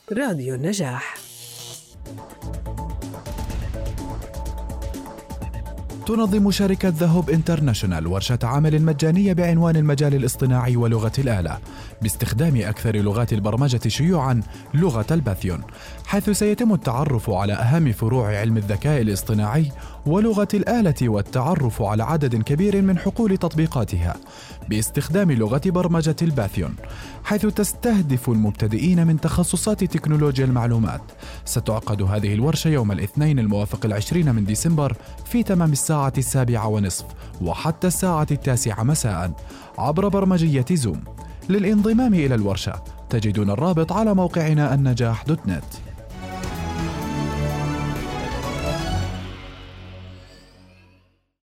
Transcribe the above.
راديو النجاح. تنظم شركة ذا هوب انترناشونال ورشة عمل مجانية بعنوان المجال الاصطناعي ولغة الآلة باستخدام أكثر لغات البرمجة شيوعاً لغة البايثون، حيث سيتم التعرف على أهم فروع علم الذكاء الاصطناعي ولغة الآلة والتعرف على عدد كبير من حقول تطبيقاتها باستخدام لغة برمجة البايثون، حيث تستهدف المبتدئين من تخصصات تكنولوجيا المعلومات. ستعقد هذه الورشة يوم الاثنين الموافق 20 من ديسمبر في تمام الساعة 7:30 وحتى الساعة 9 مساء عبر برمجية زوم. للانضمام إلى الورشة تجدون الرابط على موقعنا النجاح.net.